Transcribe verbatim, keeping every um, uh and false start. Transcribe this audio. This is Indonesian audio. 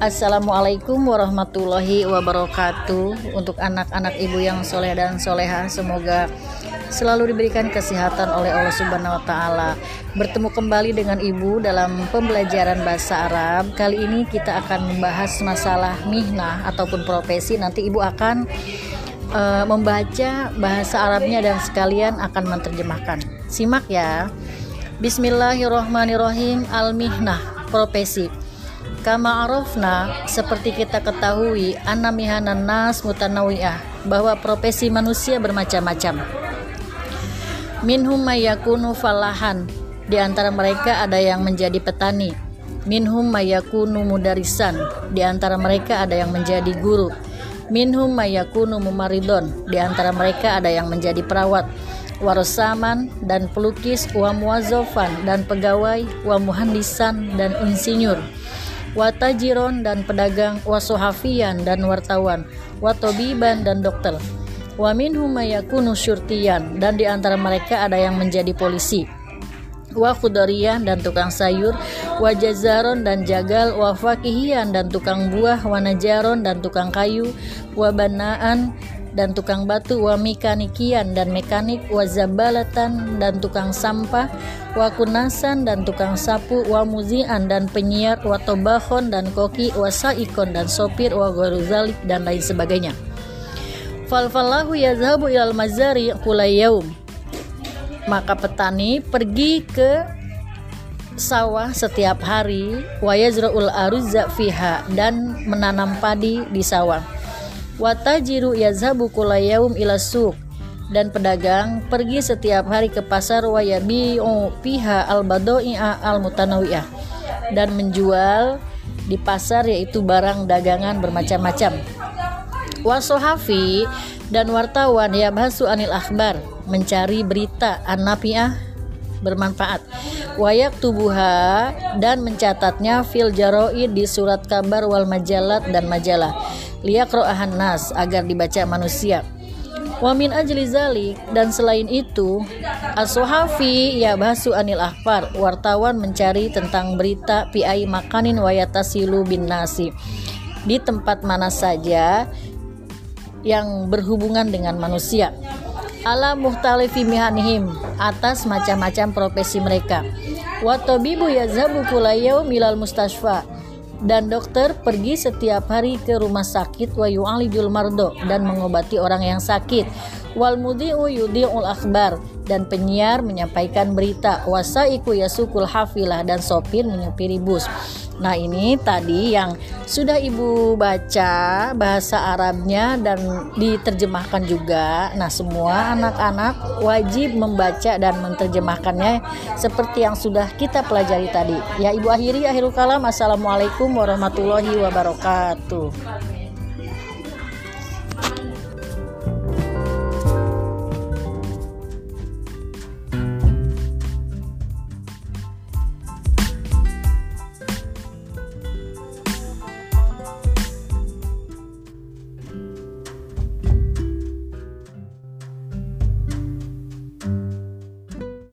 Assalamualaikum warahmatullahi wabarakatuh. Untuk anak-anak ibu yang soleh dan soleha, semoga selalu diberikan kesehatan oleh Allah Subhanahu wa Ta'ala. Bertemu kembali dengan ibu dalam pembelajaran bahasa Arab. Kali ini kita akan membahas masalah mihnah ataupun profesi. Nanti ibu akan uh, membaca bahasa Arabnya dan sekalian akan menerjemahkan. Simak ya. Bismillahirrahmanirrahim. Al-mihnah, profesi. Kama arafna, seperti kita ketahui, anna mihanan nas mutanawiyah, bahwa profesi manusia bermacam-macam. Minhum mayakunu falahan, di antara mereka ada yang menjadi petani. Minhum mayakunu mudarisan, di antara mereka ada yang menjadi guru. Minhum mayakunu mumaridon, di antara mereka ada yang menjadi perawat. Warosaman dan pelukis, wa muwazzafan dan pegawai, wa muhandisan dan insinyur, watajiron dan pedagang, wasuhafiyan dan wartawan, watobiban dan dokter. Wa minhum mayakunu syurtiyan, dan di antara mereka ada yang menjadi polisi. Wa khudariyan dan tukang sayur, wa jazaron dan jagal, wa fakihiyan dan tukang buah, wa najaron dan tukang kayu, wa banaan dan tukang batu, wa mekanikian dan mekanik, wa zabalatan dan tukang sampah, wa kunasan dan tukang sapu, wa muzian dan penyiar, wa tobahon dan koki, wa saikon dan sopir, wa gharuzalik dan lain sebagainya. Falfalahu yazhabu ilal mazari kulayyaum, maka petani pergi ke sawah setiap hari, wa yazra'ul aruzza fiha, dan menanam padi di sawah. Watajiru yazhabu kulayyaum ila suq, dan pedagang pergi setiap hari ke pasar, wa yabi'u fiha al-badai'a al-mutanawiyah, dan menjual di pasar yaitu barang dagangan bermacam-macam. Wasohafi dan wartawan yabhasu anil akhbar, mencari berita an-nafi'ah bermanfaat. Wayak tubuha, dan mencatatnya fil jaroid, di surat kabar, wal majalat dan majalah, liyaqra'ahan nas, agar dibaca manusia. Wa min ajli zalik, dan selain itu, as-sohafi yabhasu anil akhbar, wartawan mencari tentang berita fi ai makanin wa yatasilu bin nasi, di tempat mana saja yang berhubungan dengan manusia. Ala muhtalifi mihanihim, atas macam-macam profesi mereka. Wa tabibu yazhabu kulayyaum ilal mustashfa, dan dokter pergi setiap hari ke rumah sakit, wa yu'alijul mardo, dan mengobati orang yang sakit. Wal mudhi'u yudhi'ul akhbar, dan penyiar menyampaikan berita. Wasaiku yasukul hafilah, dan sopir menyupiri bus. Nah, ini tadi yang sudah ibu baca bahasa Arabnya dan diterjemahkan juga. Nah, semua anak-anak wajib membaca dan menerjemahkannya seperti yang sudah kita pelajari tadi. Ya, ibu akhiri akhirul kalam. Assalamualaikum warahmatullahi wabarakatuh.